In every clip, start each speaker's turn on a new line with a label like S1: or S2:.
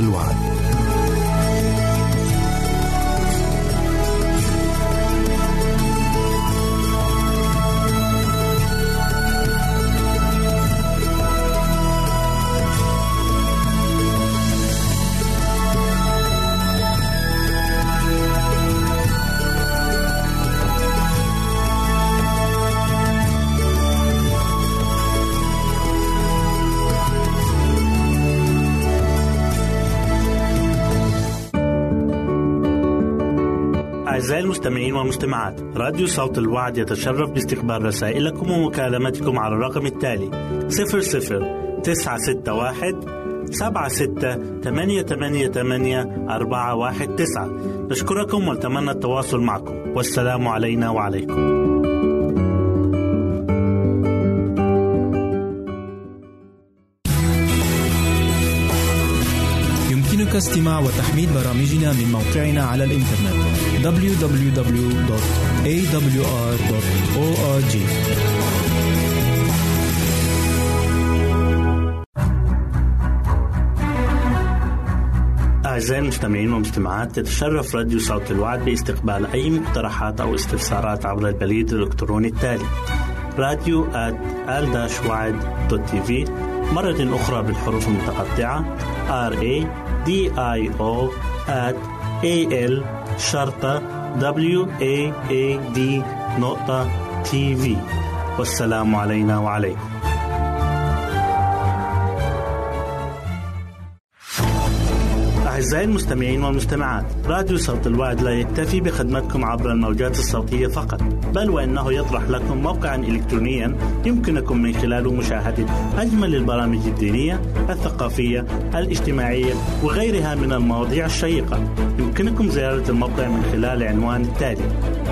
S1: الوعد.
S2: أعزائي المستمعين والمستمعات، راديو صوت الوعد يتشرف باستقبال رسائلكم ومكالمتكم على الرقم التالي 00-961-76-88-419. نشكركم ونتمنى التواصل معكم، والسلام علينا وعليكم.
S3: يمكنك استماع وتحميل برامجنا من موقعنا على الإنترنت www.awr.org.
S2: أعزائي المستمعين والمستمعات، تتشرف راديو صوت الوعد باستقبال أي مقترحات أو استفسارات عبر البريد الإلكتروني التالي radio@al-wad.tv، مرة أخرى بالحروف المتقطعة radio@al-wad.tv. والسلام علينا وعليكم. أعزائي المستمعين والمستمعات، راديو صوت الوعد لا يكتفي بخدمتكم عبر الموجات الصوتية فقط، بل وإنه يطرح لكم موقعا إلكترونيا يمكنكم من خلاله مشاهدة أجمل البرامج الدينية، الثقافية، الاجتماعية وغيرها من المواضيع الشيقة. يمكنكم زيارة الموقع من خلال عنوان التالي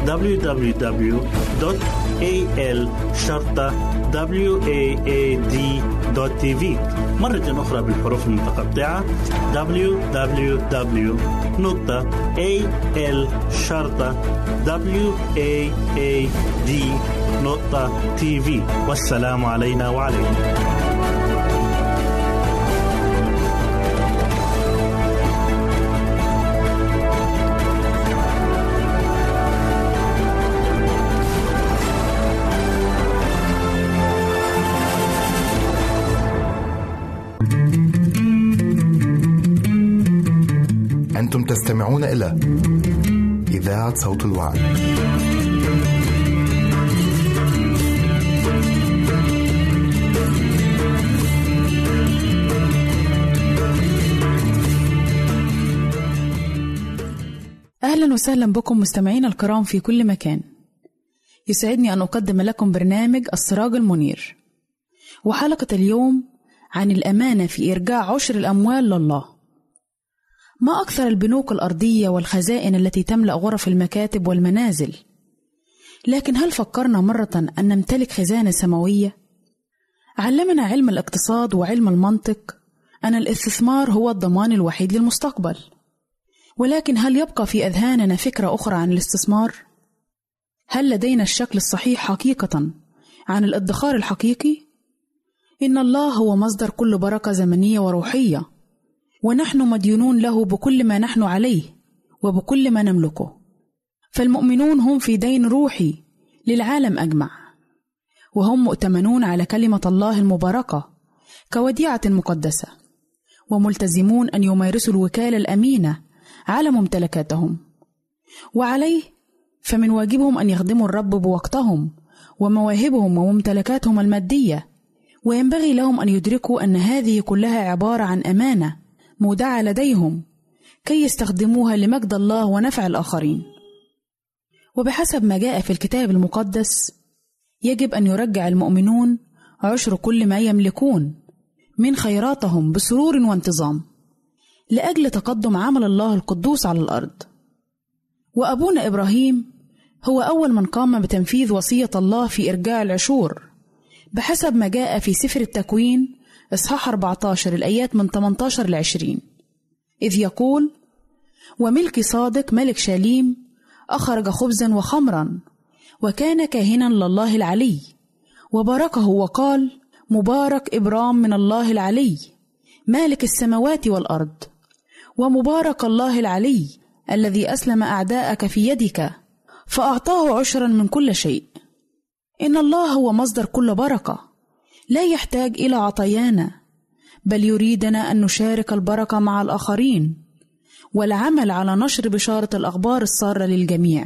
S2: www.al-wad.tv، مرة أخرى بالحروف المتقطعة www.al-wad.tv. والسلام علينا وعليكم.
S1: أنتم تستمعون إلى إذاعة صوت الوعد.
S4: أهلا وسهلا بكم مستمعين الكرام في كل مكان. يسعدني أن أقدم لكم برنامج السراج المنير، وحلقة اليوم عن الأمانة في إرجاع عشر الأموال لله. ما أكثر البنوك الأرضية والخزائن التي تملأ غرف المكاتب والمنازل، لكن هل فكرنا مرة أن نمتلك خزانة سماوية؟ علمنا علم الاقتصاد وعلم المنطق أن الاستثمار هو الضمان الوحيد للمستقبل، ولكن هل يبقى في أذهاننا فكرة أخرى عن الاستثمار؟ هل لدينا الشكل الصحيح حقيقة عن الادخار الحقيقي؟ إن الله هو مصدر كل بركة زمنية وروحية، ونحن مديونون له بكل ما نحن عليه وبكل ما نملكه. فالمؤمنون هم في دين روحي للعالم أجمع، وهم مؤتمنون على كلمة الله المباركة كوديعة مقدسة، وملتزمون أن يمارسوا الوكالة الأمينة على ممتلكاتهم. وعليه فمن واجبهم أن يخدموا الرب بوقتهم ومواهبهم وممتلكاتهم المادية، وينبغي لهم أن يدركوا أن هذه كلها عبارة عن أمانة مودعة لديهم كي يستخدموها لمجد الله ونفع الآخرين. وبحسب ما جاء في الكتاب المقدس، يجب أن يرجع المؤمنون عشر كل ما يملكون من خيراتهم بسرور وانتظام لأجل تقدم عمل الله القدوس على الأرض. وأبونا إبراهيم هو أول من قام بتنفيذ وصية الله في إرجاع العشور، بحسب ما جاء في سفر التكوين إصحاح 14 الآيات من 18-20، إذ يقول: وملك صادق ملك شاليم أخرج خبزا وخمرا، وكان كاهنا لله العلي، وباركه وقال: مبارك إبرام من الله العلي مالك السماوات والأرض، ومبارك الله العلي الذي أسلم أعداءك في يدك فأعطاه عشرا من كل شيء. إن الله هو مصدر كل بركة، لا يحتاج إلى عطايانا، بل يريدنا أن نشارك البركة مع الآخرين والعمل على نشر بشارة الأخبار السارة للجميع.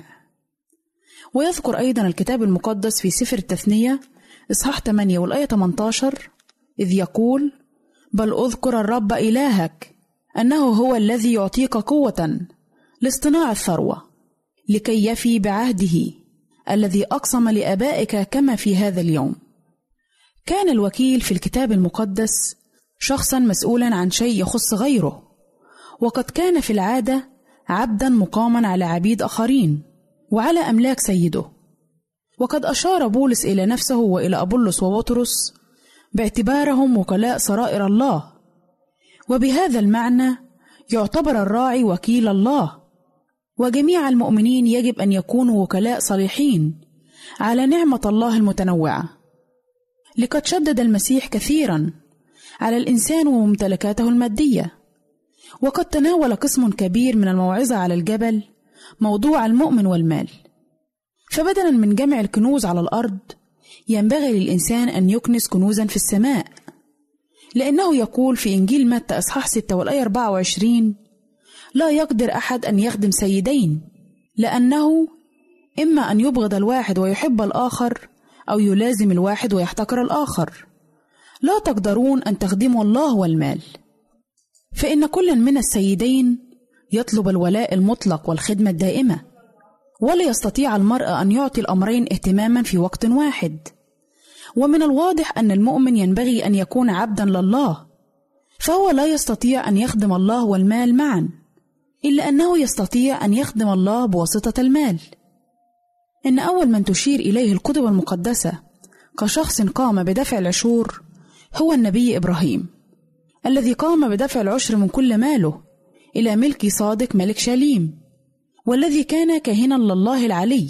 S4: ويذكر أيضا الكتاب المقدس في سفر التثنية إصحاح 8 والآية 18 إذ يقول: بل أذكر الرب إلهك أنه هو الذي يعطيك قوة لاصطناع الثروة لكي يفي بعهده الذي أقسم لآبائك كما في هذا اليوم. كان الوكيل في الكتاب المقدس شخصا مسؤولا عن شيء يخص غيره، وقد كان في العادة عبدا مقاما على عبيد آخرين وعلى أملاك سيده. وقد أشار بولس إلى نفسه وإلى أبولس وبطرس باعتبارهم وكلاء سرائر الله، وبهذا المعنى يعتبر الراعي وكيل الله، وجميع المؤمنين يجب أن يكونوا وكلاء صالحين على نعمة الله المتنوعة. لقد شدد المسيح كثيرا على الإنسان وممتلكاته المادية، وقد تناول قسم كبير من الموعظة على الجبل موضوع المؤمن والمال. فبدلا من جمع الكنوز على الأرض ينبغي للإنسان أن يكنز كنوزا في السماء، لأنه يقول في إنجيل متى إصحاح 6 والآية 24: لا يقدر أحد أن يخدم سيدين، لأنه إما أن يبغض الواحد ويحب الآخر، أو يلازم الواحد ويحتقر الآخر. لا تقدرون أن تخدموا الله والمال، فإن كل من السيدين يطلب الولاء المطلق والخدمة الدائمة، ولا يستطيع المرء أن يعطي الأمرين اهتماما في وقت واحد. ومن الواضح أن المؤمن ينبغي أن يكون عبدا لله، فهو لا يستطيع أن يخدم الله والمال معا، إلا أنه يستطيع أن يخدم الله بواسطة المال. إن أول من تشير إليه الكتب المقدسة كشخص قام بدفع العشور هو النبي إبراهيم، الذي قام بدفع العشر من كل ماله إلى ملكي صادق ملك شاليم، والذي كان كاهنا لله العلي.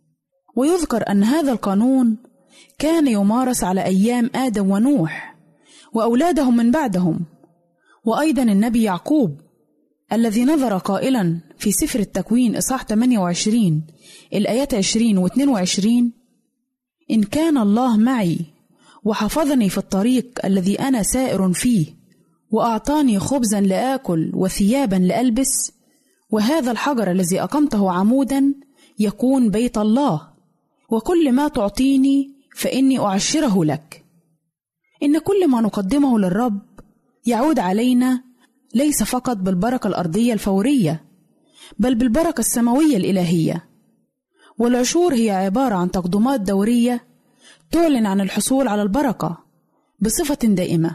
S4: ويذكر أن هذا القانون كان يمارس على أيام آدم ونوح وأولادهم من بعدهم، وأيضا النبي يعقوب الذي نظر قائلا في سفر التكوين إصحاح 28 الآيات 20 و22: إن كان الله معي وحفظني في الطريق الذي أنا سائر فيه، وأعطاني خبزا لآكل وثيابا لألبس، وهذا الحجر الذي أقمته عمودا يكون بيت الله، وكل ما تعطيني فإني أعشره لك. إن كل ما نقدمه للرب يعود علينا ليس فقط بالبركة الأرضية الفورية، بل بالبركة السماوية الإلهية. والعشور هي عبارة عن تقدمات دورية تعلن عن الحصول على البركة بصفة دائمة.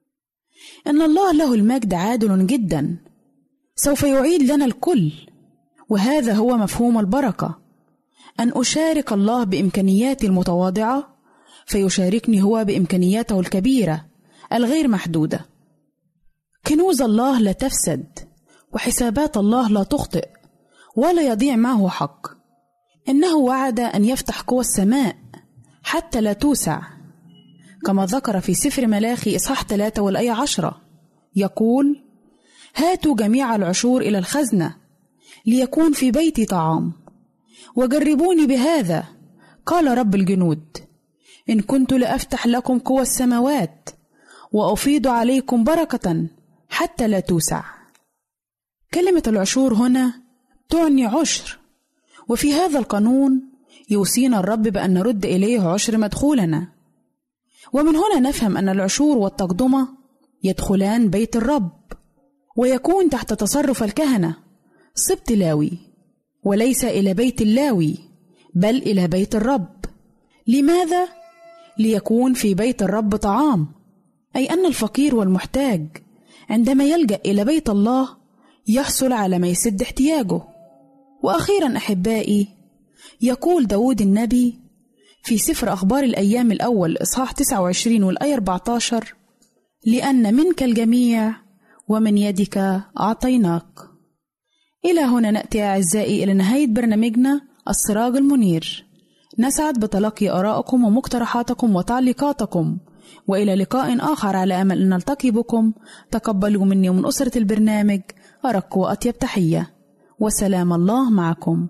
S4: إن الله له المجد عادل جدا، سوف يعيد لنا الكل، وهذا هو مفهوم البركة، أن أشارك الله بإمكانياتي المتواضعة فيشاركني هو بإمكانياته الكبيرة الغير محدودة. كنوز الله لا تفسد، وحسابات الله لا تخطئ ولا يضيع معه حق. إنه وعد أن يفتح قوى السماء حتى لا توسع، كما ذكر في سفر ملاخي إصحاح 3 والآية 10 يقول: هاتوا جميع العشور إلى الخزنة ليكون في بيتي طعام، وجربوني بهذا قال رب الجنود، إن كنت لأفتح لكم قوى السماوات وأفيض عليكم بركة حتى لا توسع. كلمة العشور هنا تعني عشر، وفي هذا القانون يوصينا الرب بأن نرد إليه عشر مدخولنا. ومن هنا نفهم أن العشور والتقدمة يدخلان بيت الرب، ويكون تحت تصرف الكهنة سبط لاوي، وليس إلى بيت اللاوي بل إلى بيت الرب. لماذا؟ ليكون في بيت الرب طعام، أي أن الفقير والمحتاج عندما يلجأ إلى بيت الله يحصل على ما يسد احتياجه. وأخيرا أحبائي، يقول داود النبي في سفر أخبار الأيام الأول إصحاح 29 والآية 14: لأن منك الجميع ومن يدك أعطيناك. إلى هنا نأتي أعزائي إلى نهاية برنامجنا السراج المنير. نسعد بتلقي آرائكم ومقترحاتكم وتعليقاتكم، وإلى لقاء آخر على أمل أن نلتقي بكم. تقبلوا مني ومن أسرة البرنامج أرق وأطيب تحية، وسلام الله معكم.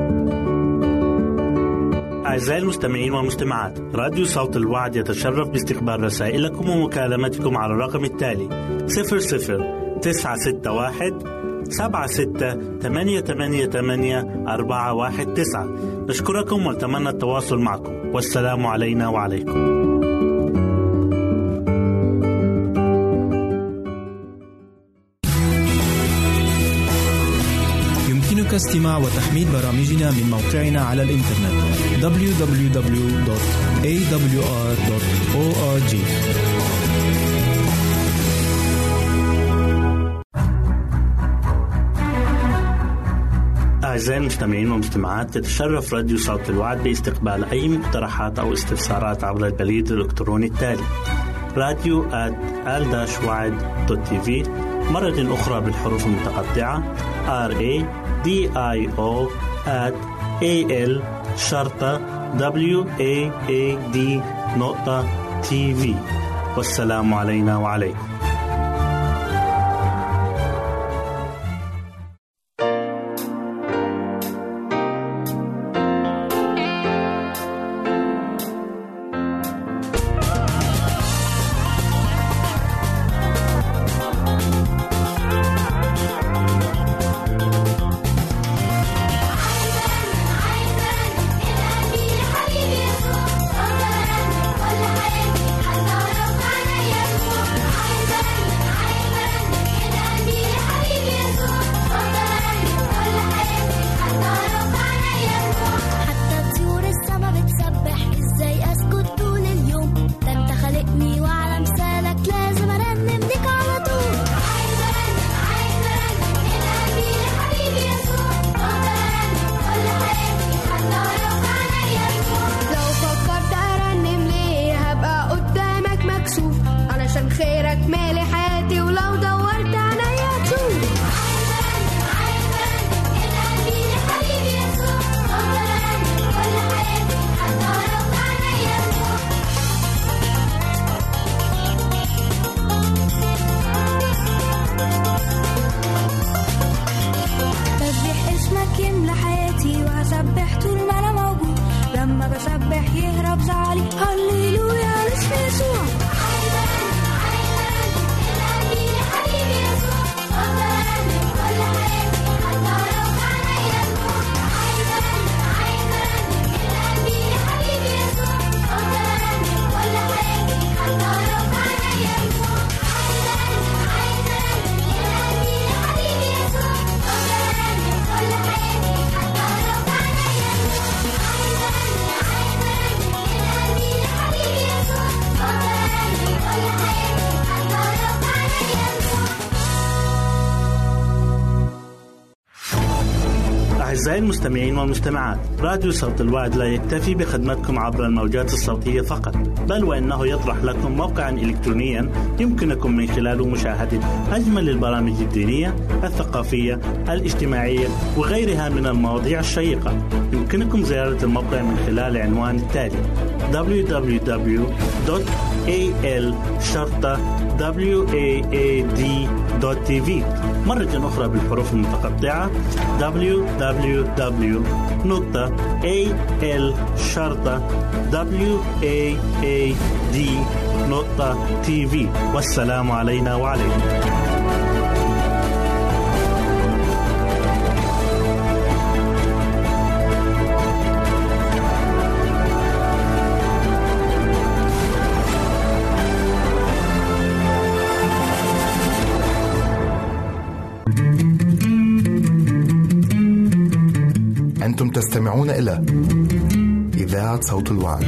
S2: أعزائي المستمعين والمستمعات، راديو صوت الوعد يتشرف باستقبال رسائلكم ومكالمتكم على الرقم التالي 00-961-76-88-419. نشكركم ونتمنى التواصل معكم، والسلام علينا وعليكم.
S3: يمكنك استماع وتحميل برامجنا من موقعنا على الإنترنت www.awr.org.
S2: أعزائي المستمعين والمستمعات، تتشرف راديو صوت الوعد باستقبال أي مقترحات أو استفسارات عبر البريد الإلكتروني التالي radio@al-wad.tv، مرة أخرى بالحروف المتقطعة radio@al-wad.tv. والسلام علينا وعليكم. أعزائي المستمعين والمستمعات، راديو صوت الوعد لا يكتفي بخدمتكم عبر الموجات الصوتية فقط، بل وإنه يطرح لكم موقعا إلكترونيا يمكنكم من خلاله مشاهدة أجمل البرامج الدينية، الثقافية، الاجتماعية وغيرها من المواضيع الشيقة. يمكنكم زيارة الموقع من خلال عنوان التالي www.al-wad.tv، مرة أخرى بالحروف المتقطعة www.al-wad.tv. والسلام علينا وعليكم.
S1: أنتم تستمعون إلى إذاعة صوت الوعد.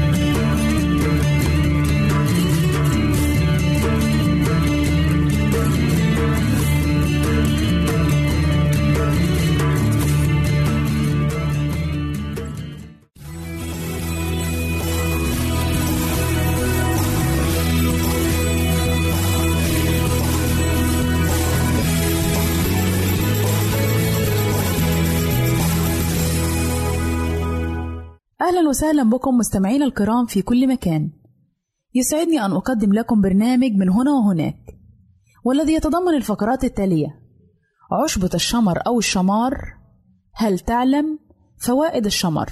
S4: أهلا وسهلا بكم مستمعين الكرام في كل مكان. يسعدني أن أقدم لكم برنامج من هنا وهناك، والذي يتضمن الفقرات التالية: عشبة الشمر أو الشمار؟ هل تعلم فوائد الشمر؟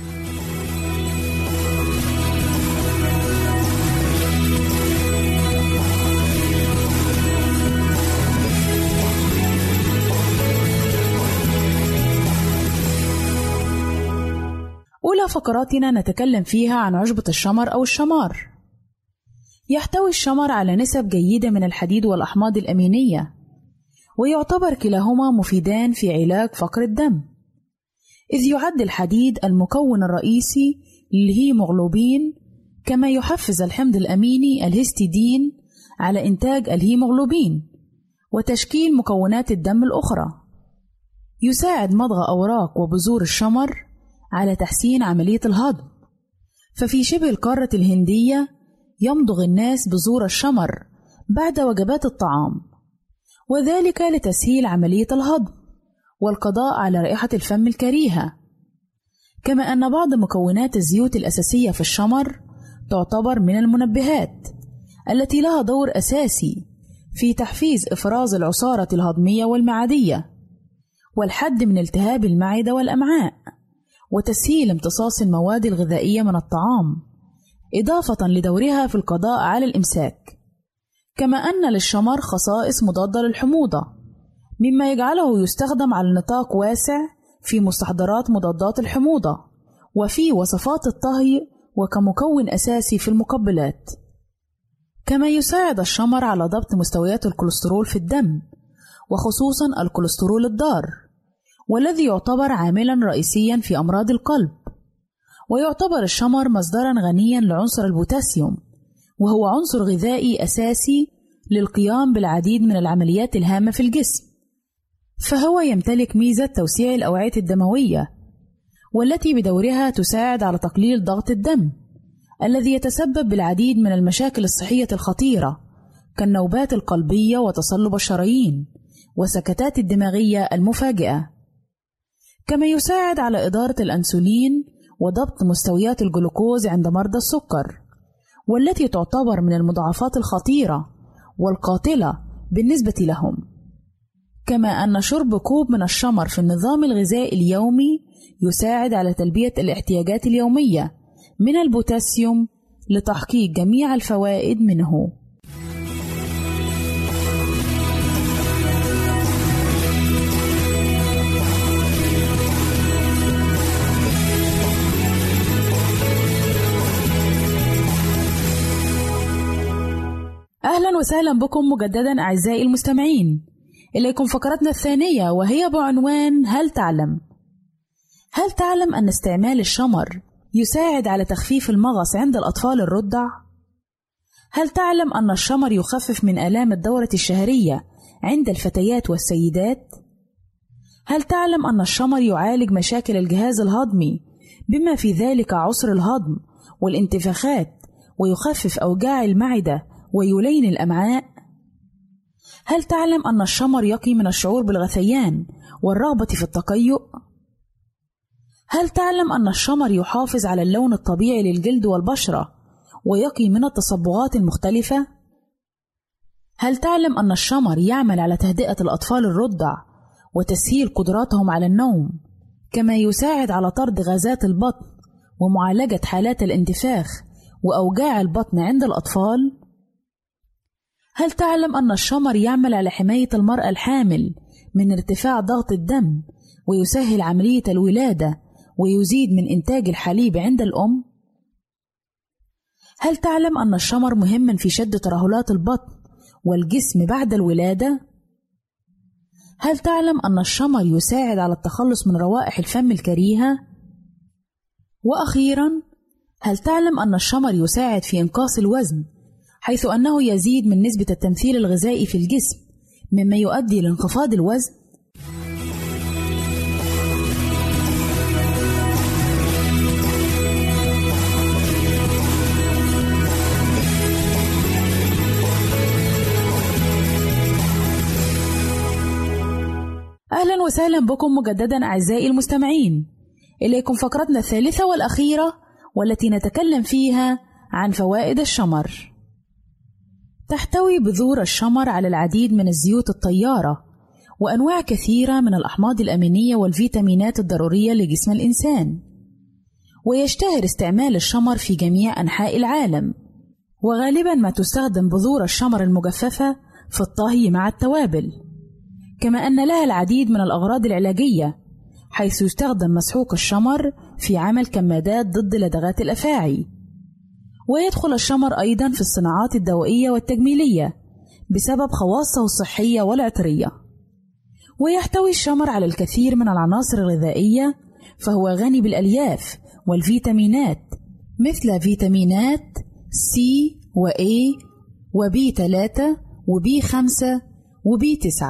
S4: أولى فقراتنا نتكلم فيها عن عشبة الشمر أو الشمار. يحتوي الشمر على نسب جيدة من الحديد والأحماض الأمينية، ويعتبر كلاهما مفيدان في علاج فقر الدم، إذ يعد الحديد المكون الرئيسي للهيموغلوبين، كما يحفز الحمض الأميني الهستidine على إنتاج الهيموغلوبين وتشكيل مكونات الدم الأخرى. يساعد مضغ أوراق وبذور الشمر على تحسين عملية الهضم، ففي شبه القارة الهندية يمضغ الناس بذور الشمر بعد وجبات الطعام، وذلك لتسهيل عملية الهضم والقضاء على رائحة الفم الكريهة. كما أن بعض مكونات الزيوت الأساسية في الشمر تعتبر من المنبهات التي لها دور أساسي في تحفيز إفراز العصارة الهضمية والمعدية والحد من التهاب المعدة والأمعاء وتسهيل امتصاص المواد الغذائية من الطعام، إضافة لدورها في القضاء على الإمساك. كما أن للشمر خصائص مضادة للحموضة، مما يجعله يستخدم على نطاق واسع في مستحضرات مضادات الحموضة وفي وصفات الطهي وكمكون أساسي في المقبلات. كما يساعد الشمر على ضبط مستويات الكوليسترول في الدم، وخصوصا الكوليسترول الضار، والذي يعتبر عاملا رئيسيا في أمراض القلب. ويعتبر الشمر مصدرا غنيا لعنصر البوتاسيوم، وهو عنصر غذائي أساسي للقيام بالعديد من العمليات الهامة في الجسم، فهو يمتلك ميزة توسيع الأوعية الدموية، والتي بدورها تساعد على تقليل ضغط الدم الذي يتسبب بالعديد من المشاكل الصحية الخطيرة كالنوبات القلبية وتصلب الشرايين والسكتات الدماغية المفاجئة. كما يساعد على إدارة الأنسولين وضبط مستويات الجلوكوز عند مرضى السكر، والتي تعتبر من المضاعفات الخطيرة والقاتلة بالنسبة لهم. كما أن شرب كوب من الشمر في النظام الغذائي اليومي يساعد على تلبية الاحتياجات اليومية من البوتاسيوم لتحقيق جميع الفوائد منه. أهلا وسهلا بكم مجددا أعزائي المستمعين. إليكم فقرتنا الثانية، وهي بعنوان هل تعلم؟ هل تعلم أن استعمال الشمر يساعد على تخفيف المغص عند الأطفال الرضع؟ هل تعلم أن الشمر يخفف من آلام الدورة الشهرية عند الفتيات والسيدات؟ هل تعلم أن الشمر يعالج مشاكل الجهاز الهضمي بما في ذلك عسر الهضم والانتفاخات، ويخفف أوجاع المعدة ويلين الأمعاء؟ هل تعلم أن الشمر يقي من الشعور بالغثيان والرغبة في التقيؤ؟ هل تعلم أن الشمر يحافظ على اللون الطبيعي للجلد والبشرة ويقي من التصبغات المختلفة؟ هل تعلم أن الشمر يعمل على تهدئة الأطفال الرضع وتسهيل قدراتهم على النوم، كما يساعد على طرد غازات البطن ومعالجة حالات الانتفاخ وأوجاع البطن عند الأطفال؟ هل تعلم أن الشمر يعمل على حماية المرأة الحامل من ارتفاع ضغط الدم ويسهل عملية الولادة ويزيد من إنتاج الحليب عند الأم؟ هل تعلم أن الشمر مهم في شد ترهلات البطن والجسم بعد الولادة؟ هل تعلم أن الشمر يساعد على التخلص من روائح الفم الكريهة؟ وأخيرا، هل تعلم أن الشمر يساعد في إنقاص الوزن، حيث أنه يزيد من نسبة التمثيل الغذائي في الجسم مما يؤدي لانخفاض الوزن؟ أهلا وسهلا بكم مجددا أعزائي المستمعين. إليكم فقرتنا الثالثة والأخيرة، والتي نتكلم فيها عن فوائد الشمر. تحتوي بذور الشمر على العديد من الزيوت الطيارة، وأنواع كثيرة من الأحماض الأمينية والفيتامينات الضرورية لجسم الإنسان. ويشتهر استعمال الشمر في جميع أنحاء العالم، وغالبا ما تستخدم بذور الشمر المجففة في الطهي مع التوابل، كما أن لها العديد من الأغراض العلاجية، حيث يستخدم مسحوق الشمر في عمل كمادات ضد لدغات الأفاعي. ويدخل الشمر أيضا في الصناعات الدوائية والتجميلية بسبب خواصه الصحية والعطرية. ويحتوي الشمر على الكثير من العناصر الغذائية، فهو غني بالألياف والفيتامينات مثل فيتامينات C و A و B3 و B5 و B9،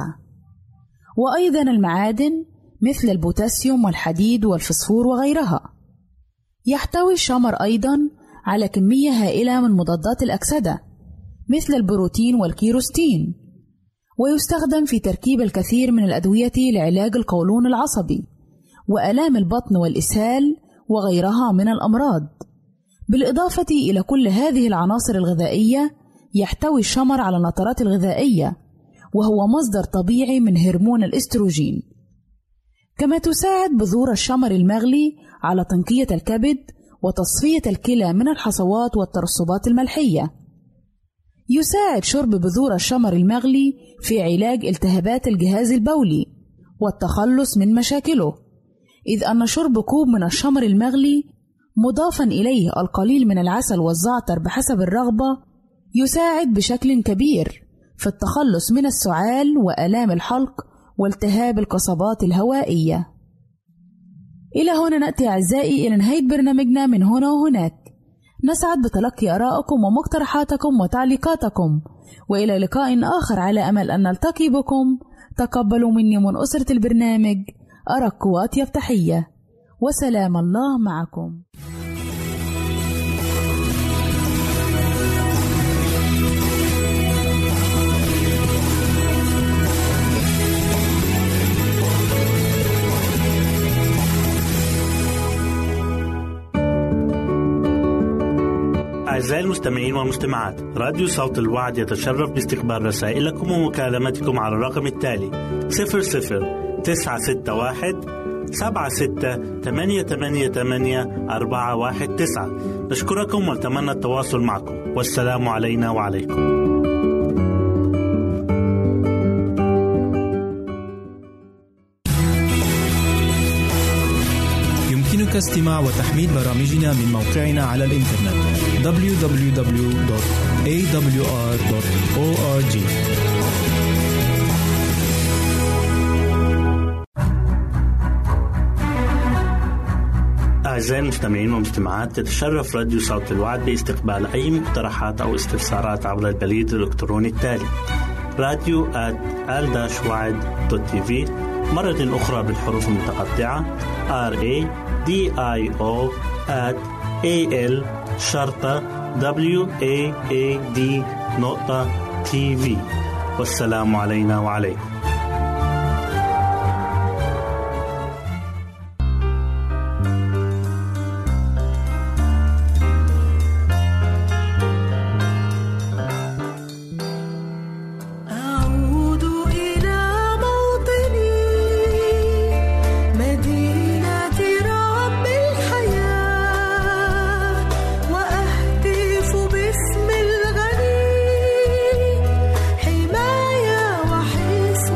S4: وأيضا المعادن مثل البوتاسيوم والحديد والفسفور وغيرها. يحتوي الشمر أيضا على كمية هائلة من مضادات الأكسدة مثل البروتين والكيروستين، ويستخدم في تركيب الكثير من الأدوية لعلاج القولون العصبي وآلام البطن والإسهال وغيرها من الأمراض. بالإضافة إلى كل هذه العناصر الغذائية، يحتوي الشمر على النترات الغذائية، وهو مصدر طبيعي من هرمون الإستروجين. كما تساعد بذور الشمر المغلي على تنقية الكبد وتصفية الكلى من الحصوات والترسبات الملحية. يساعد شرب بذور الشمر المغلي في علاج التهابات الجهاز البولي والتخلص من مشاكله، إذ أن شرب كوب من الشمر المغلي مضافا إليه القليل من العسل والزعتر بحسب الرغبة يساعد بشكل كبير في التخلص من السعال وآلام الحلق والتهاب القصبات الهوائية. إلى هنا نأتي أعزائي إلى نهاية برنامجنا من هنا وهناك. نسعد بتلقي آرائكم ومقترحاتكم وتعليقاتكم، وإلى لقاء آخر على أمل أن نلتقي بكم. تقبلوا مني من أسرة البرنامج أرق وأطيب تحية، وسلام الله معكم.
S2: أعزائي المستمعين والمستمعات، راديو صوت الوعد يتشرف باستقبال رسائلكم ومكالمتكم على الرقم التالي 00-961 76-88-419. نشكركم ونتمنى التواصل معكم، والسلام علينا وعليكم.
S3: يمكنك استماع وتحميل برامجنا من موقعنا على الإنترنت www.awr.org.
S2: أعزائي المستمعين والمستمعات، تتشرف راديو صوت الوعد باستقبال أي مقترحات أو استفسارات عبر البريد الإلكتروني التالي radio@al-wad.tv، مرة أخرى بالحروف المتقطعة radio@al-wad.tv. والسلام علينا وعليكم.
S5: حماية وحصن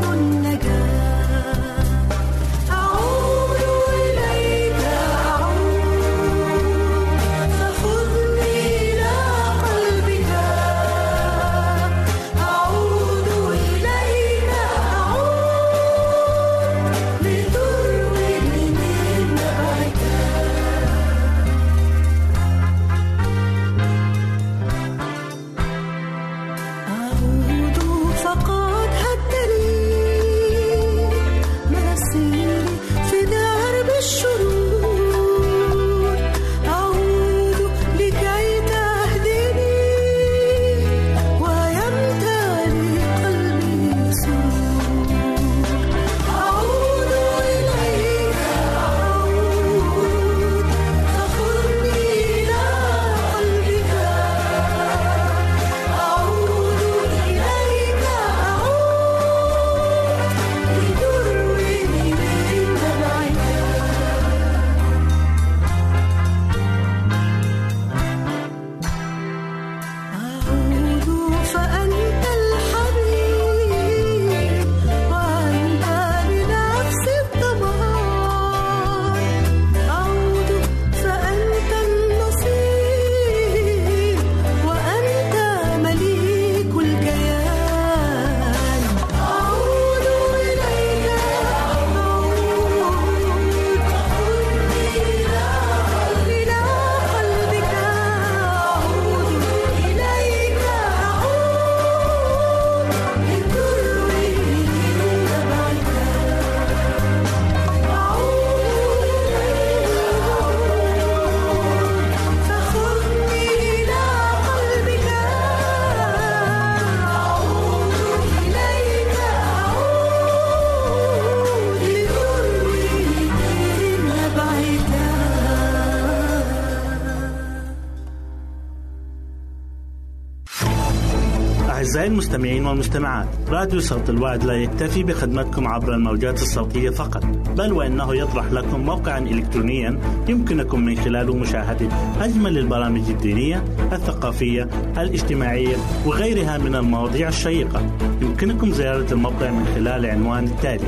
S2: المستمعين والمستمعات، راديو صوت الوعد لا يكتفي بخدمتكم عبر الموجات الصوتية فقط، بل وإنه يطرح لكم موقعا إلكترونيا يمكنكم من خلاله مشاهدة أجمل البرامج الدينية، الثقافية، الاجتماعية وغيرها من المواضيع الشيقة. يمكنكم زيارة الموقع من خلال العنوان التالي: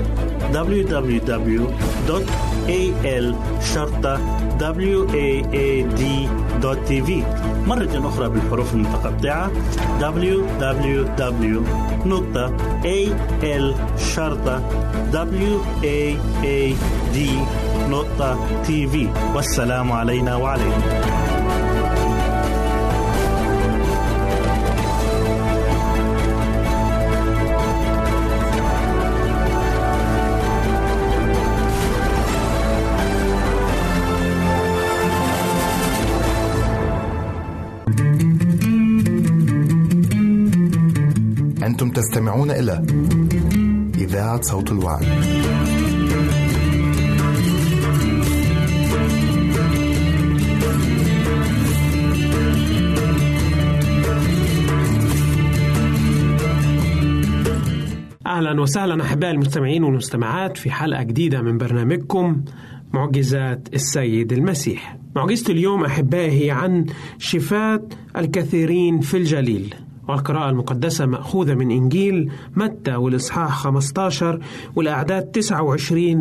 S2: www.al-waad.tv. مرة أخرى بالحروف المتقطعة: www.al-waad.tv. والسلام علينا وعليكم.
S1: أنتم تستمعون إلى إذاعة صوت الوعد.
S5: أهلا وسهلا أحبائي المستمعين والمستمعات في حلقة جديدة من برنامجكم معجزات السيد المسيح. معجزة اليوم أحبائي هي عن شفاء الكثيرين في الجليل، والقراءة المقدسة مأخوذة من إنجيل متى والإصحاح 15 والأعداد 29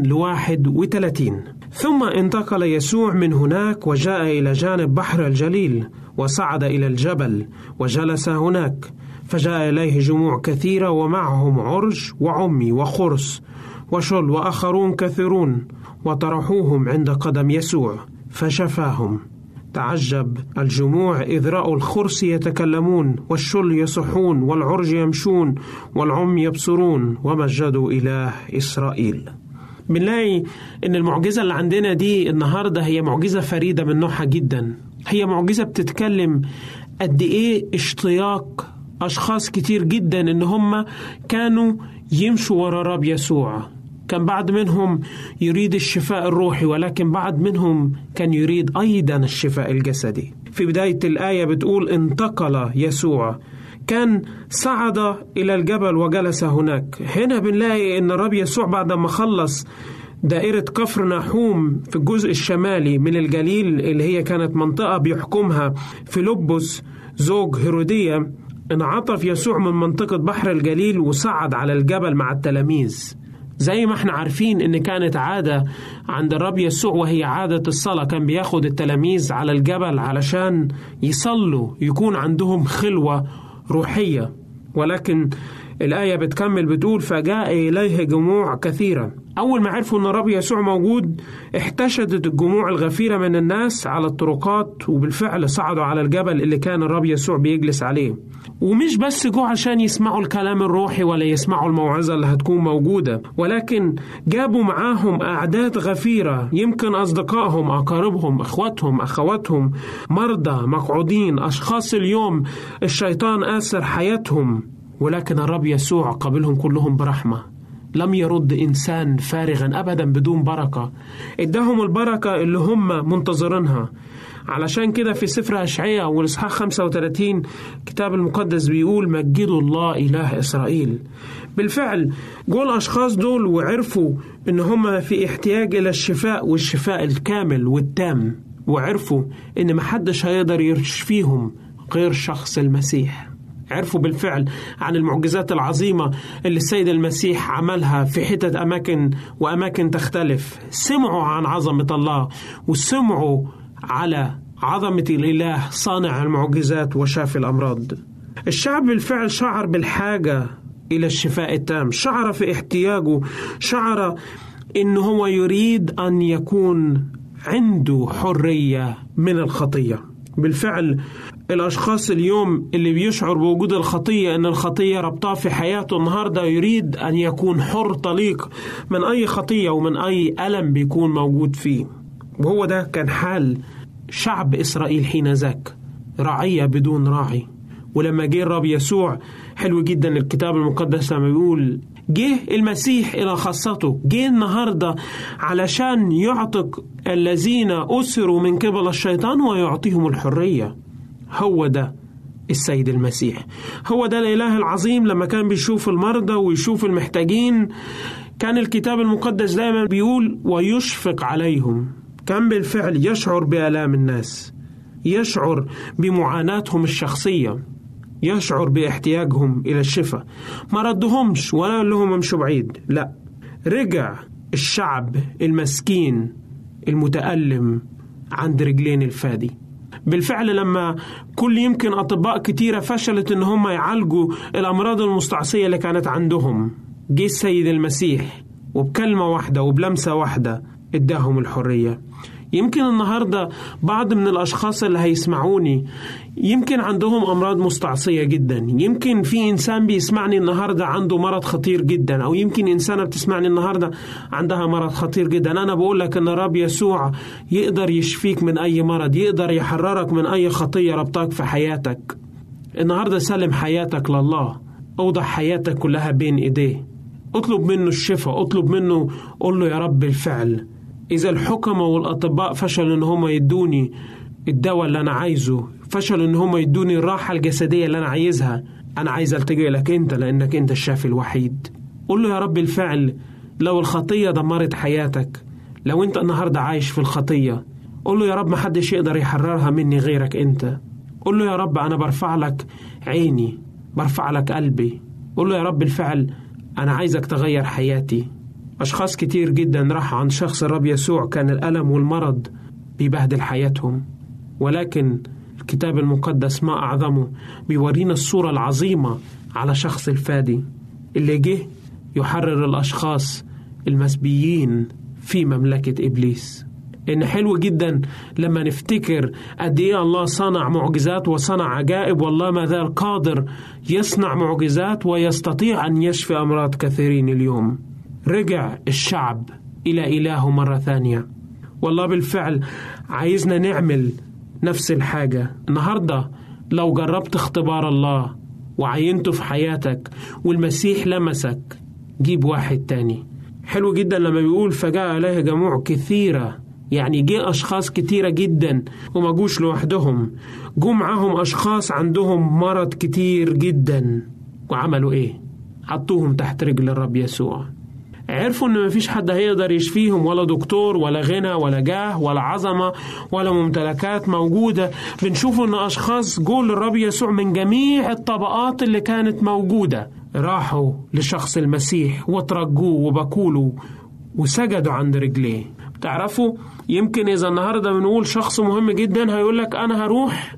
S5: ل31. ثم انتقل يسوع من هناك وجاء إلى جانب بحر الجليل، وصعد إلى الجبل وجلس هناك، فجاء إليه جموع كثيرة ومعهم عرج وعمي وخرس وشل وآخرون كثيرون، وطرحوهم عند قدم يسوع فشفاهم. تعجب الجموع إذ رأوا الخرس يتكلمون والشل يصحون والعرج يمشون والعمي يبصرون، ومجدوا إله إسرائيل. بنلاقي إن المعجزة اللي عندنا دي النهاردة هي معجزة فريدة من نوعها جدا. هي معجزة بتتكلم قد إيه اشتياق أشخاص كتير جدا إن هم كانوا يمشوا وراء رب يسوع. كان بعض منهم يريد الشفاء الروحي، ولكن بعض منهم كان يريد أيضا الشفاء الجسدي. في بداية الآية بتقول انتقل يسوع، كان صعد إلى الجبل وجلس هناك. هنا بنلاقي إن رب يسوع بعد ما خلص دائرة كفرناحوم في الجزء الشمالي من الجليل اللي هي كانت منطقة بيحكمها فيلبس زوج هيرودية، انعطف يسوع من منطقة بحر الجليل وصعد على الجبل مع التلاميذ. زي ما احنا عارفين ان كانت عادة عند الرب يسوع وهي عادة الصلاة، كان بياخد التلاميذ على الجبل علشان يصلوا، يكون عندهم خلوة روحية. ولكن الآية بتكمل بتقول فجاء إليه جموع كثيرة. أول ما عرفوا أن الرب يسوع موجود احتشدت الجموع الغفيرة من الناس على الطرقات، وبالفعل صعدوا على الجبل اللي كان الرب يسوع بيجلس عليه. ومش بس جوا عشان يسمعوا الكلام الروحي ولا يسمعوا الموعظة اللي هتكون موجودة، ولكن جابوا معاهم أعداد غفيرة، يمكن أصدقائهم، أقاربهم، أخواتهم، أخواتهم، مرضى، مقعودين، أشخاص اليوم الشيطان آسر حياتهم، ولكن الرب يسوع قبلهم كلهم برحمة. لم يرد إنسان فارغا أبدا بدون بركة، اداهم البركة اللي هم منتظرينها. علشان كده في سفر أشعياء والإصحاح 35 كتاب المقدس بيقول مجدوا الله إله إسرائيل. بالفعل جول الأشخاص دول وعرفوا إن هم في احتياج إلى الشفاء والشفاء الكامل والتام، وعرفوا إن محدش هيقدر يشفيهم غير شخص المسيح. عرفوا بالفعل عن المعجزات العظيمة اللي السيد المسيح عملها في حتة أماكن وأماكن تختلف. سمعوا عن عظمة الله وسمعوا على عظمة الإله صانع المعجزات وشافي الأمراض. الشعب بالفعل شعر بالحاجة إلى الشفاء التام، شعر في احتياجه، شعر إنه هو يريد أن يكون عنده حرية من الخطية. بالفعل الأشخاص اليوم اللي بيشعر بوجود الخطية، أن الخطية ربطاه في حياته النهاردة، يريد أن يكون حر طليق من أي خطية ومن أي ألم بيكون موجود فيه. وهو ده كان حال شعب إسرائيل حين ذاك، رعية بدون راعي. ولما جه الرب يسوع، حلو جدا الكتاب المقدس لما بيقول جه المسيح إلى خاصته، جه النهاردة علشان يعتق الذين أسروا من قبل الشيطان ويعطيهم الحرية. هو ده السيد المسيح. هو ده الإله العظيم. لما كان بيشوف المرضى ويشوف المحتاجين كان الكتاب المقدس دائما بيقول ويشفق عليهم. كان بالفعل يشعر بآلام الناس، يشعر بمعاناتهم الشخصية، يشعر باحتياجهم إلى الشفاء. ما ردهمش ولا لهم امشوا بعيد، لا، رجع الشعب المسكين المتألم عند رجلين الفادي. بالفعل لما يمكن أطباء كتيرة فشلت إن هم يعالجوا الأمراض المستعصية اللي كانت عندهم، جه السيد المسيح وبكلمة واحدة وبلمسة واحدة اداهم الحرية. يمكن النهاردة بعض من الأشخاص اللي هيسمعوني يمكن عندهم أمراض مستعصية جدا. يمكن في إنسان بيسمعني النهاردة عنده مرض خطير جدا، أو يمكن إنسانة بتسمعني النهاردة عندها مرض خطير جدا. أنا بقول لك أن الرب يسوع يقدر يشفيك من أي مرض، يقدر يحررك من أي خطية ربطاك في حياتك. النهاردة سلم حياتك لله، أوضع حياتك كلها بين إيديه، اطلب منه الشفاء، اطلب منه، قل له يا رب بالفعل إذا الحكمة والأطباء فشلوا إن هم يدوني الدواء اللي أنا عايزه، فشلوا إن هم يدوني الراحة الجسدية اللي أنا عايزها، أنا عايز ألتجئ لك أنت لأنك أنت الشافي الوحيد. قل له يا رب بالفعل لو الخطية دمرت حياتك، لو أنت النهاردة عايش في الخطية، قل له يا رب محدش يقدر يحررها مني غيرك أنت. قل له يا رب أنا برفع لك عيني، برفع لك قلبي. قل له يا رب بالفعل أنا عايزك تغير حياتي. أشخاص كتير جدا راحوا عند شخص الرب يسوع كان الألم والمرض بيبهدل حياتهم، ولكن الكتاب المقدس ما أعظمه بيورينا الصورة العظيمة على شخص الفادي اللي جه يحرر الأشخاص المسبيين في مملكة إبليس. إن حلو جدا لما نفتكر قد إيه الله صنع معجزات وصنع عجائب، والله ما زال قادر يصنع معجزات ويستطيع أن يشفي أمراض كثيرين اليوم. رجع الشعب إلى إله مرة ثانية، والله بالفعل عايزنا نعمل نفس الحاجة. النهاردة لو جربت اختبار الله وعينته في حياتك والمسيح لمسك، جيب واحد تاني. حلو جدا لما بيقول فجاء عليه جموع كثيرة، يعني جاء أشخاص كتيرة جدا وما جوش لوحدهم، جو معهم أشخاص عندهم مرض كتير جدا، وعملوا إيه؟ حطوهم تحت رجل الرب يسوع. عرفوا إن مفيش حد هيقدر يشفيهم، ولا دكتور ولا غنى ولا جاه ولا عظمة ولا ممتلكات موجودة. بنشوفوا إن أشخاص جول الرب يسوع من جميع الطبقات اللي كانت موجودة راحوا لشخص المسيح وترجوه وبكوله وسجدوا عند رجليه. بتعرفوا يمكن إذا النهاردة بنقول شخص مهم جدا هيقولك أنا هروح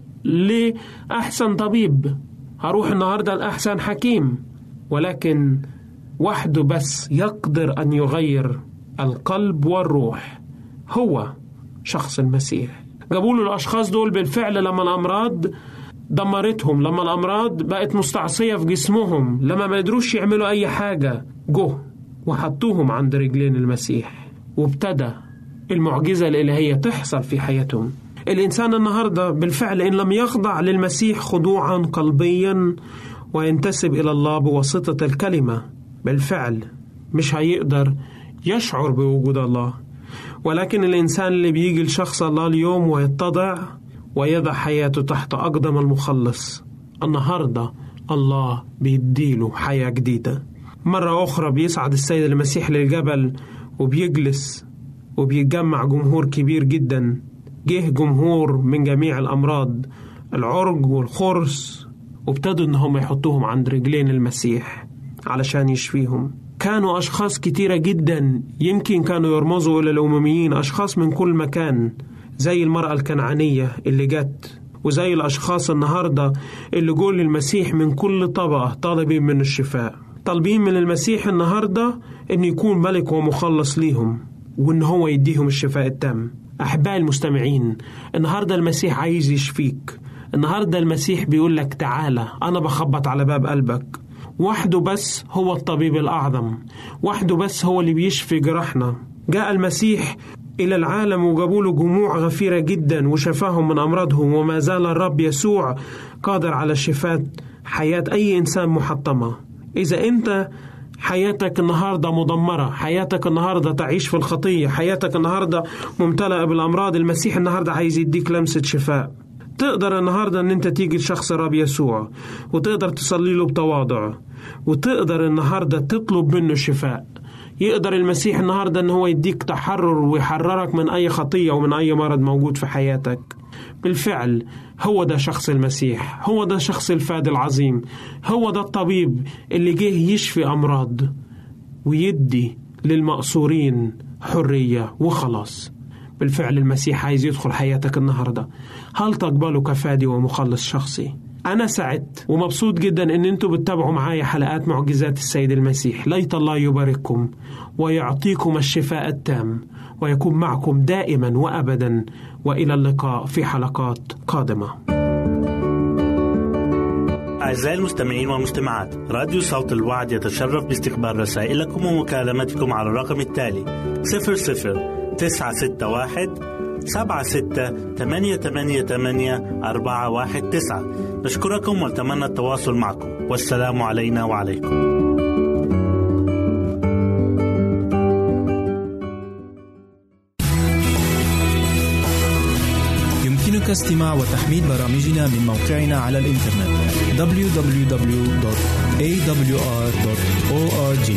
S5: لأحسن طبيب، هروح النهاردة لأحسن حكيم، ولكن وحده بس يقدر أن يغير القلب والروح، هو شخص المسيح. جابوا له الأشخاص دول بالفعل لما الأمراض دمرتهم، لما الأمراض بقت مستعصية في جسمهم، لما ما يدروش يعملوا أي حاجة، جه وحطوهم عند رجلين المسيح، وابتدى المعجزة الإلهية تحصل في حياتهم. الإنسان النهاردة بالفعل إن لم يخضع للمسيح خضوعا قلبيا وينتسب إلى الله بواسطة الكلمة، بالفعل مش هيقدر يشعر بوجود الله. ولكن الإنسان اللي بيجي لشخص الله اليوم ويتضع ويضع حياته تحت أقدم المخلص، النهاردة الله بيديله حياة جديدة. مرة أخرى بيصعد السيد المسيح للجبل وبيجلس وبيتجمع جمهور كبير جدا. جه جمهور من جميع الأمراض، العرج والخرس، وابتدوا إنهم يحطوهم عند رجلين المسيح علشان يشفيهم. كانوا أشخاص كتيرة جدا يمكن كانوا يرمزوا إلى الأمميين، أشخاص من كل مكان، زي المرأة الكنعانية اللي جت، وزي الأشخاص النهاردة اللي جول للمسيح من كل طبقة طالبين من الشفاء، طالبين من المسيح النهاردة إن يكون ملك ومخلص ليهم، وإن هو يديهم الشفاء التام. أحبائي المستمعين، النهاردة المسيح عايز يشفيك. النهاردة المسيح بيقول لك تعالى، أنا بخبط على باب قلبك. وحده بس هو الطبيب الأعظم، وحده بس هو اللي بيشفي جرحنا. جاء المسيح إلى العالم وجابوا له جموع غفيرة جدا وشفاهم من أمراضهم، وما زال الرب يسوع قادر على شفاء حياة أي إنسان محطمة. إذا أنت حياتك النهاردة مدمرة، حياتك النهاردة تعيش في الخطية، حياتك النهاردة ممتلئة بالأمراض، المسيح النهاردة عايز يديك لمسة شفاء. تقدر النهاردة أن أنت تيجي لشخص الرب يسوع وتقدر تصلي له بتواضع، وتقدر النهاردة تطلب منه شفاء. يقدر المسيح النهاردة أن هو يديك تحرر ويحررك من أي خطية ومن أي مرض موجود في حياتك. بالفعل هو ده شخص المسيح، هو ده شخص الفادي العظيم، هو ده الطبيب اللي جه يشفي أمراض ويدي للمقصورين حرية وخلاص. بالفعل المسيح عايز يدخل حياتك النهاردة. هل تقبله كفادي ومخلص شخصي؟ أنا سعدت ومبسوط جدا أن أنتوا بتتابعوا معايا حلقات معجزات السيد المسيح. ليت الله يبارككم ويعطيكم الشفاء التام ويكون معكم دائما وأبدا، وإلى اللقاء في حلقات قادمة.
S2: أعزائي المستمعين والمستمعات، راديو صوت الوعد يتشرف باستقبال رسائلكم ومكالمتكم على الرقم التالي 00-961-76-88-419. نشكركم ونتمنى التواصل معكم، والسلام علينا وعليكم.
S3: يمكنك استماع وتحميل برامجنا من موقعنا على الإنترنت www.awr.org.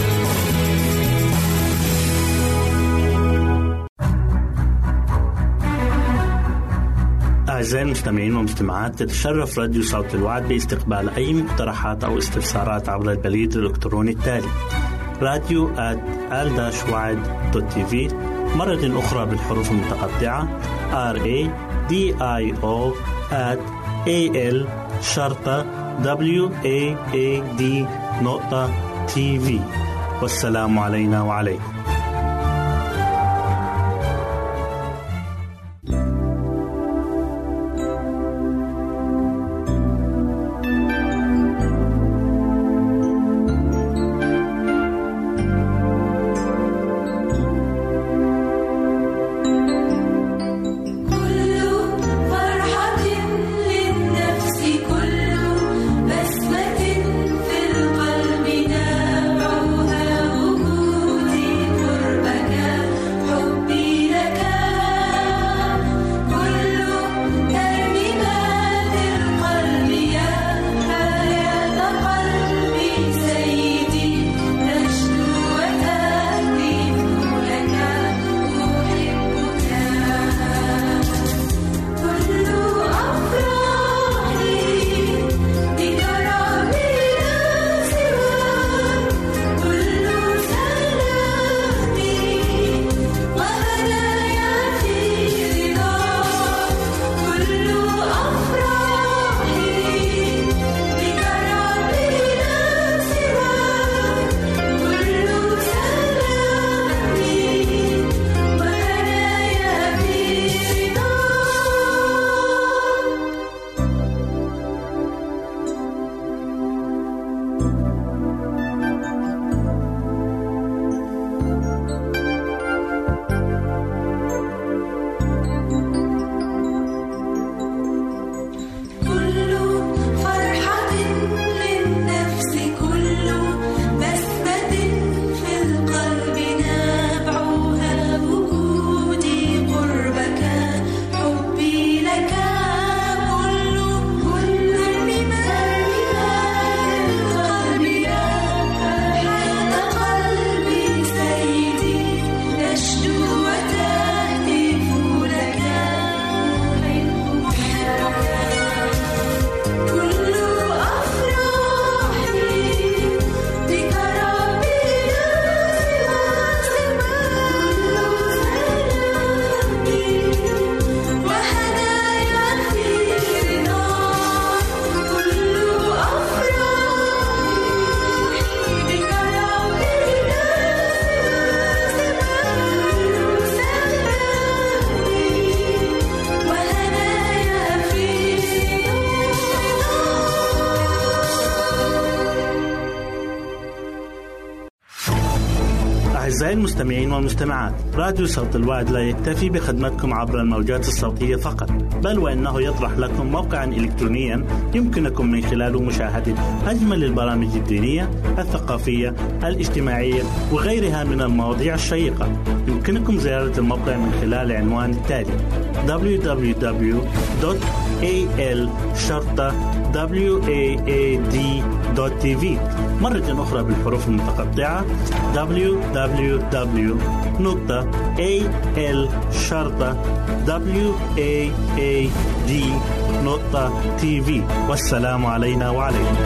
S2: أعزائي المستمعين والمستمعات، تتشرف راديو صوت الوعد باستقبال أي مقترحات أو استفسارات عبر البريد الإلكتروني التالي radio@al-wad.tv، مرة أخرى بالحروف المتقطعة radio@al-wad.tv. والسلام علينا وعليكم.
S6: بسمة في القلب نابعها وجودي
S2: المستمعين والمستمعات، راديو صوت الوعد لا يكتفي بخدمتكم عبر الموجات الصوتية فقط، بل وإنه يطرح لكم موقعا إلكترونيا يمكنكم من خلاله مشاهدة أجمل البرامج الدينية، الثقافية، الاجتماعية وغيرها من المواضيع الشيقة. يمكنكم زيارة الموقع من خلال العنوان التالي: www.al-waad.tv. مرة أخرى بالحروف المتقطعة: www.al-waad.tv. والسلام علينا وعليكم.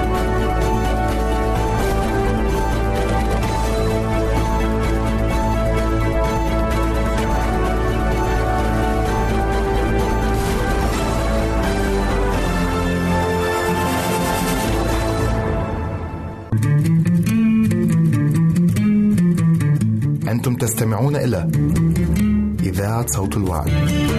S1: أنتم تستمعون إلى إذاعة صوت الوعد.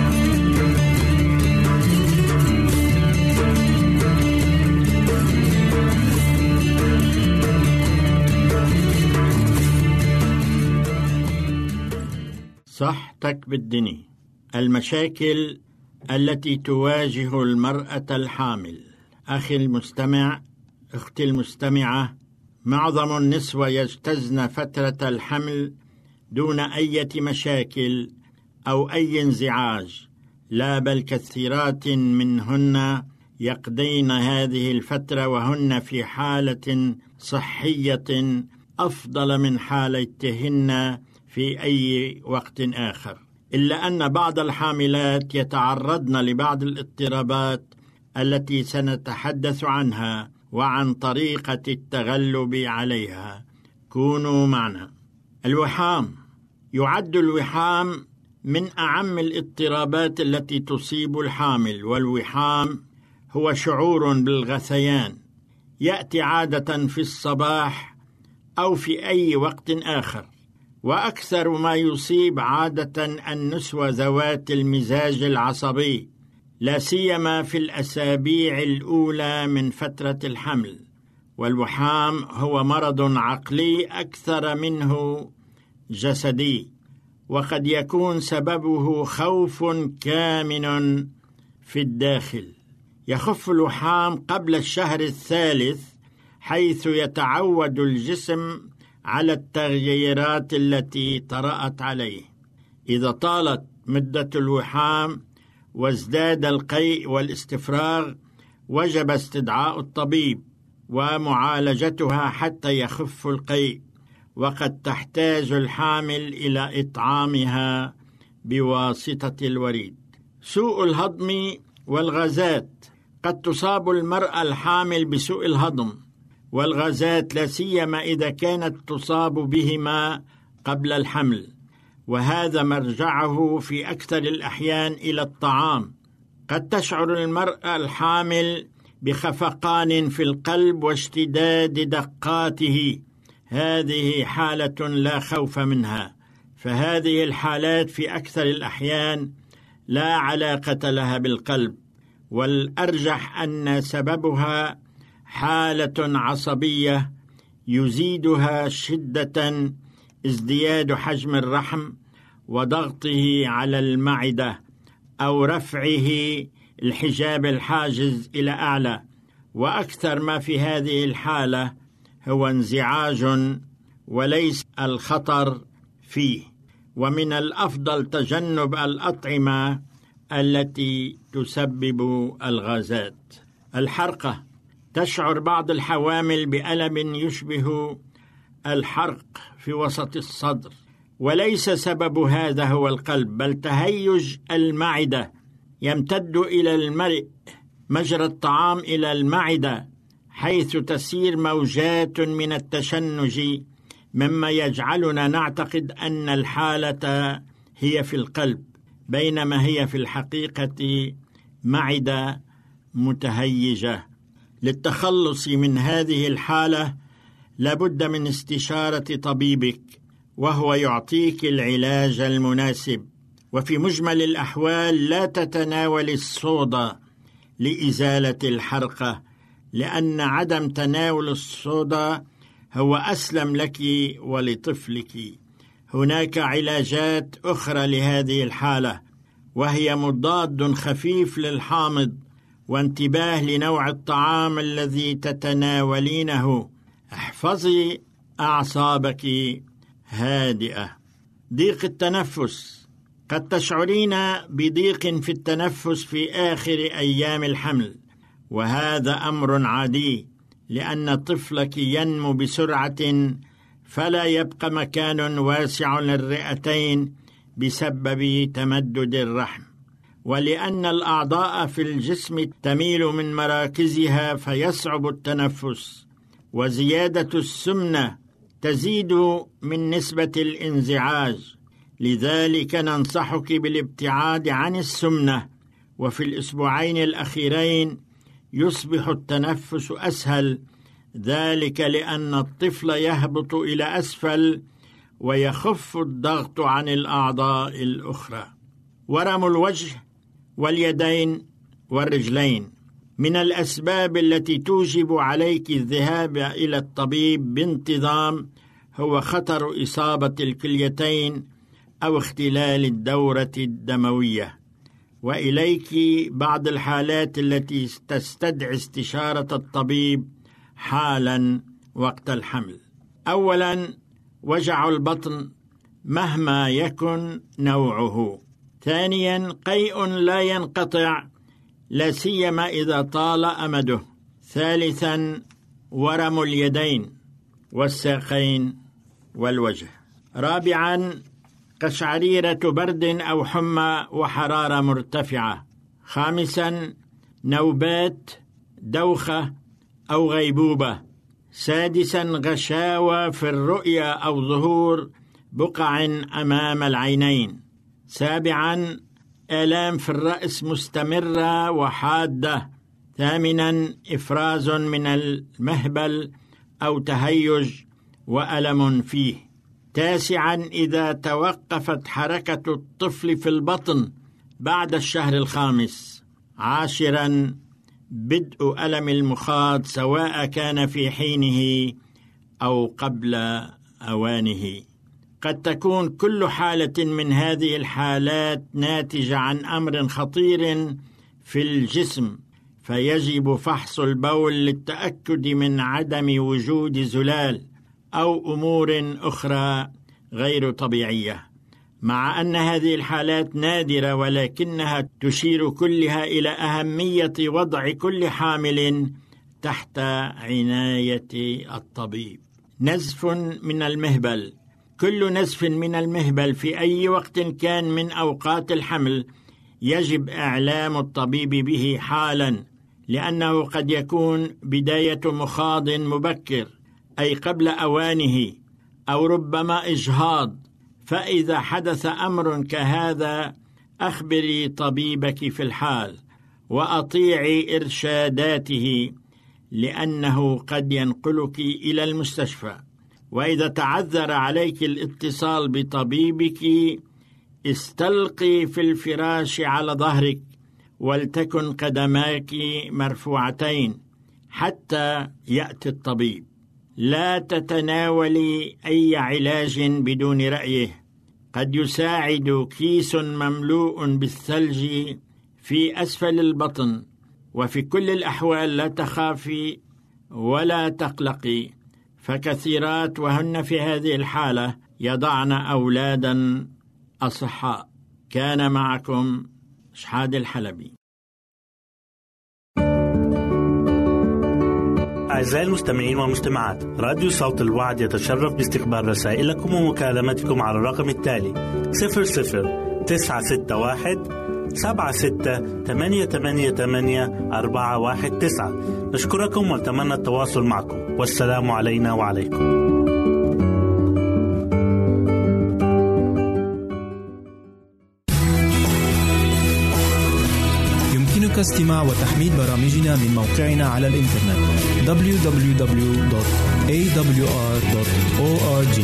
S6: صحتك بالدني. المشاكل التي تواجه المرأة الحامل. أخي المستمع، أختي المستمعة، معظم النسوة يجتزن فترة الحمل دون أي مشاكل أو أي انزعاج، لا بل كثيرات منهن يقضين هذه الفترة وهن في حالة صحية أفضل من حالتهن في أي وقت آخر، إلا أن بعض الحاملات يتعرضن لبعض الاضطرابات التي سنتحدث عنها وعن طريقة التغلب عليها. كونوا معنا. الوحام. يعد الوحام من أعم الاضطرابات التي تصيب الحامل، والوحام هو شعور بالغثيان يأتي عادة في الصباح أو في أي وقت آخر، وأكثر ما يصيب عادة النسوة ذوات المزاج العصبي، لا سيما في الأسابيع الأولى من فترة الحمل. والوحام هو مرض عقلي أكثر منه جسدي، وقد يكون سببه خوف كامن في الداخل. يخف الوحام قبل الشهر الثالث، حيث يتعود الجسم على التغييرات التي طرأت عليه. إذا طالت مدة الوحام وازداد القيء والاستفراغ، وجب استدعاء الطبيب ومعالجتها حتى يخف القيء، وقد تحتاج الحامل إلى إطعامها بواسطة الوريد. سوء الهضم والغازات. قد تصاب المرأة الحامل بسوء الهضم والغازات، لا سيما إذا كانت تصاب بهما قبل الحمل، وهذا مرجعه في أكثر الأحيان إلى الطعام. قد تشعر المرأة الحامل بخفقان في القلب واشتداد دقاته، هذه حالة لا خوف منها، فهذه الحالات في أكثر الأحيان لا علاقة لها بالقلب، والأرجح أن سببها حالة عصبية يزيدها شدة ازدياد حجم الرحم وضغطه على المعدة أو رفعه الحجاب الحاجز إلى أعلى. وأكثر ما في هذه الحالة هو انزعاج وليس الخطر فيه. ومن الأفضل تجنب الأطعمة التي تسبب الغازات. الحرقة. تشعر بعض الحوامل بألم يشبه الحرق في وسط الصدر، وليس سبب هذا هو القلب، بل تهيج المعدة يمتد إلى المرء مجرى الطعام إلى المعدة، حيث تسير موجات من التشنج، مما يجعلنا نعتقد أن الحالة هي في القلب، بينما هي في الحقيقة معدة متهيجة. للتخلص من هذه الحالة لابد من استشارة طبيبك، وهو يعطيك العلاج المناسب. وفي مجمل الأحوال لا تتناول الصودا لإزالة الحرقة، لأن عدم تناول الصودا هو أسلم لك ولطفلك. هناك علاجات أخرى لهذه الحالة، وهي مضاد خفيف للحامض، وانتباه لنوع الطعام الذي تتناولينه. احفظي أعصابك هادئة. ضيق التنفس. قد تشعرين بضيق في التنفس في آخر أيام الحمل، وهذا أمر عادي لأن طفلك ينمو بسرعة، فلا يبقى مكان واسع للرئتين بسبب تمدد الرحم، ولأن الأعضاء في الجسم تميل من مراكزها فيصعب التنفس، وزيادة السمنة تزيد من نسبة الانزعاج. لذلك ننصحك بالابتعاد عن السمنة، وفي الأسبوعين الأخيرين يصبح التنفس أسهل، ذلك لأن الطفل يهبط إلى أسفل ويخف الضغط عن الأعضاء الأخرى. ورم الوجه واليدين والرجلين. من الأسباب التي توجب عليك الذهاب إلى الطبيب بانتظام هو خطر إصابة الكليتين أو اختلال الدورة الدموية، وإليك بعض الحالات التي تستدعي استشارة الطبيب حالا وقت الحمل. أولا، وجع البطن مهما يكن نوعه. ثانيا، قيء لا ينقطع لا سيما إذا طال أمده. ثالثا، ورم اليدين والساقين والوجه. رابعا، قشعريرة برد أو حمى وحرارة مرتفعة. خامسا، نوبات دوخة أو غيبوبة. سادسا، غشاوة في الرؤية أو ظهور بقع أمام العينين. سابعا، آلام في الرأس مستمرة وحادة. ثامنا، إفراز من المهبل أو تهيج وألم فيه. تاسعا، إذا توقفت حركة الطفل في البطن بعد الشهر الخامس. عاشرا، بدء ألم المخاض سواء كان في حينه أو قبل أوانه. قد تكون كل حالة من هذه الحالات ناتجة عن أمر خطير في الجسم، فيجب فحص البول للتأكد من عدم وجود زلال أو أمور أخرى غير طبيعية. مع أن هذه الحالات نادرة، ولكنها تشير كلها إلى أهمية وضع كل حامل تحت عناية الطبيب. نزف من المهبل. كل نزف من المهبل في أي وقت كان من أوقات الحمل يجب إعلام الطبيب به حالا، لأنه قد يكون بداية مخاض مبكر أي قبل أوانه، أو ربما إجهاض. فإذا حدث أمر كهذا أخبري طبيبك في الحال وأطيعي إرشاداته، لأنه قد ينقلك إلى المستشفى. وإذا تعذر عليك الاتصال بطبيبك استلقي في الفراش على ظهرك، ولتكن قدماك مرفوعتين حتى يأتي الطبيب. لا تتناولي أي علاج بدون رأيه. قد يساعد كيس مملوء بالثلج في أسفل البطن، وفي كل الأحوال لا تخافي ولا تقلقي، فكثيرات وهن في هذه الحالة يضعن أولادا أصحاء. كان معكم شحاد الحلبي.
S2: أعزائي المستمعين والمستمعات، راديو صوت الوعد يتشرف باستقبال رسائلكم ومكالمتكم على الرقم التالي 00-961-76-88-419. نشكركم ونتمنى التواصل معكم، والسلام علينا وعليكم.
S3: يمكنك استماع وتحميل برامجنا من موقعنا على الإنترنت www.awr.org.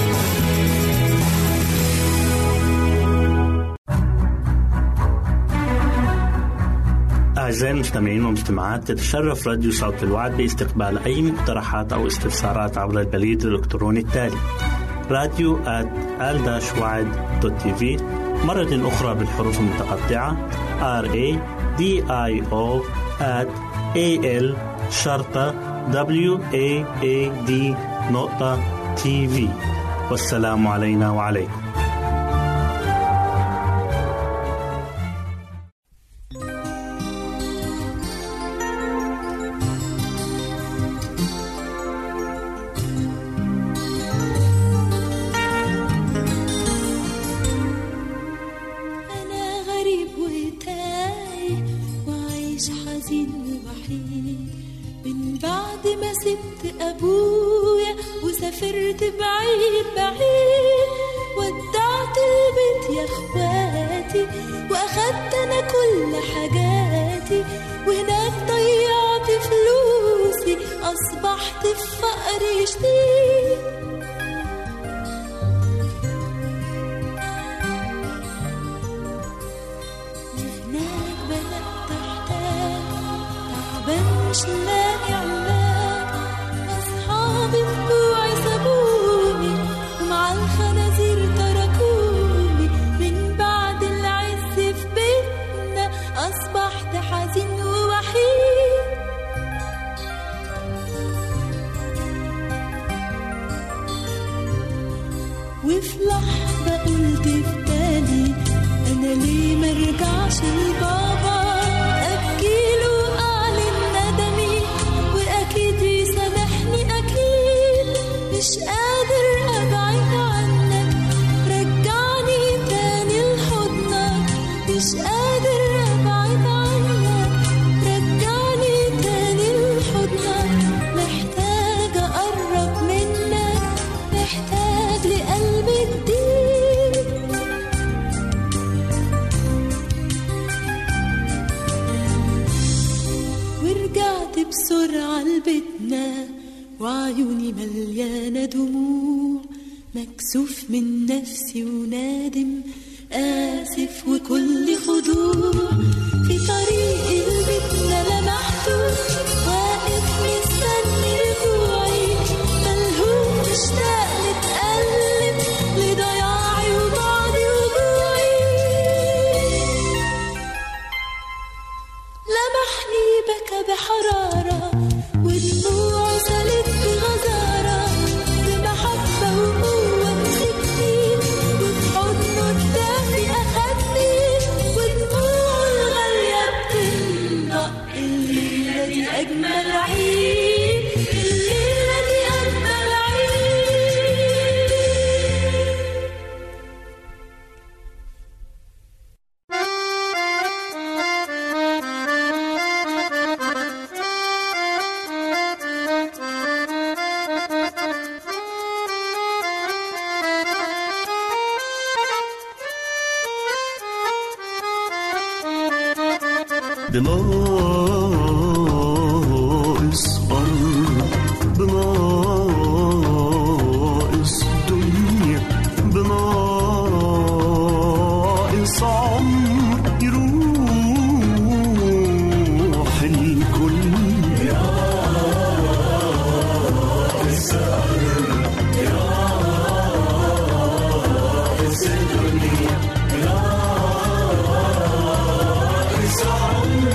S2: أعزائي المستمعين والمستمعات، تتشرف راديو صوت الوعد باستقبال أي مقترحات أو استفسارات عبر البريد الإلكتروني التالي radio@al-wad.tv. مرة أخرى بالحروف المتقطعة radio@al-wad.tv. والسلام علينا وعليكم.
S7: سافرت بعيد بعيد، ودعت البيت يا اخواتي، واخدت انا كل حاجاتي، وهناك ضيعت فلوسي، اصبحت في فقر شديد. هناك بدأت احتاج، تعبان مش لاقي علاج، اصحابي بتوعي سابوني، ومع الخنازير تركوني، من بعد العز في بيتنا اصبحت حزين ووحيد. وفي لحظة قلت في بالي، أنا ليه مرجعش لبابا، أبكيله أعلن ندمي، وأكيد يسامحني أكيد. مش قادر أبعد عنك، رجعني تاني لحضنك، مش قادر أبعد عنك، رجعني تاني لحضنك. محتاج أقرب منك، محتاج لقلب جديد. ورجعت بسرعة لبيتنا، وعيوني مليانة دموع، مكسوف من نفسي ونادم، آسف وكل خضوع. في طريق لبيتنا لمحته واقف مستني رجوعي، ملهوف مشتاق نتقلب لضياعي وبعدي وجوعي. لمحني بكى بحرارة، ودموعي سالت بغزارة، بمحبة وقوة مسكني، وفي حضنه الدافي أخدني، ودموعه الغالية بتنطق. الليلة دي أجمل عيد، الليلة دي أجمل عيد.
S8: بناقص أرض، بناقص دنيا، بناقص عمر يروح الكل. بناقص أرض، بناقص دنيا، بناقص عمر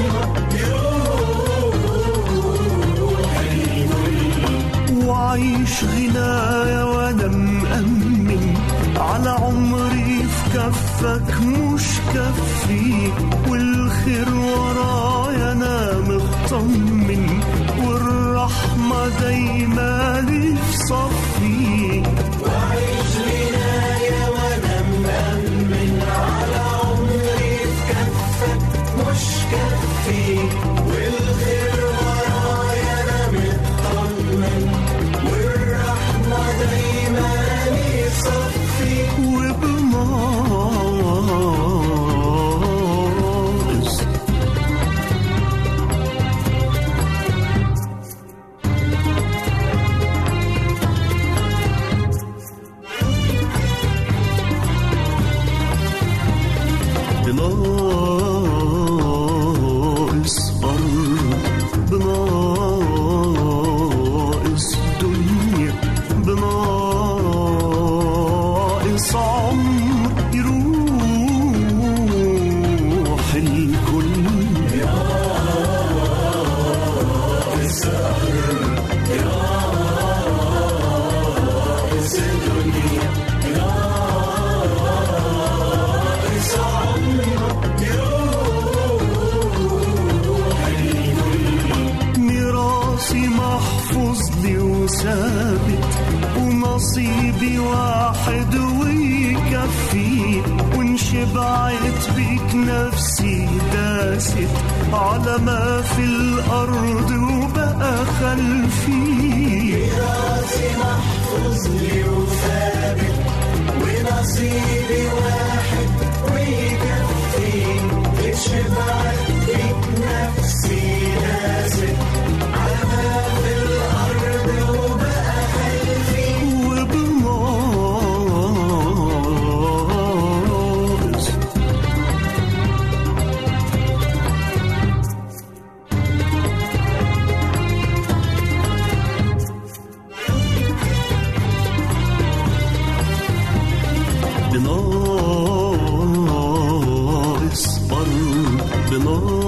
S8: وعيش غنايا وانا مأمن على عمري في كفك مش كفي، والخير ورايا انا مطمن، والرحمة دايما لي في صفي. وعيش غنايا وانا مأمن على عمري في كفك مش كفي، والخير ورايا انا مطمن، والرحمة دايما لي صفي. وبناقص ثابت، ونصيبي واحد ويكفي، وإن شبعت بيك نفسي داست على ما في الأرض وبقى خلفي.
S9: راسي محفوظ لي وثابت، ونصيبي واحد ويكفي، اتشبعت بيك نفسي داست على ما في الأرض وبقى خلفي. وبناقص بناقص برضه بناقص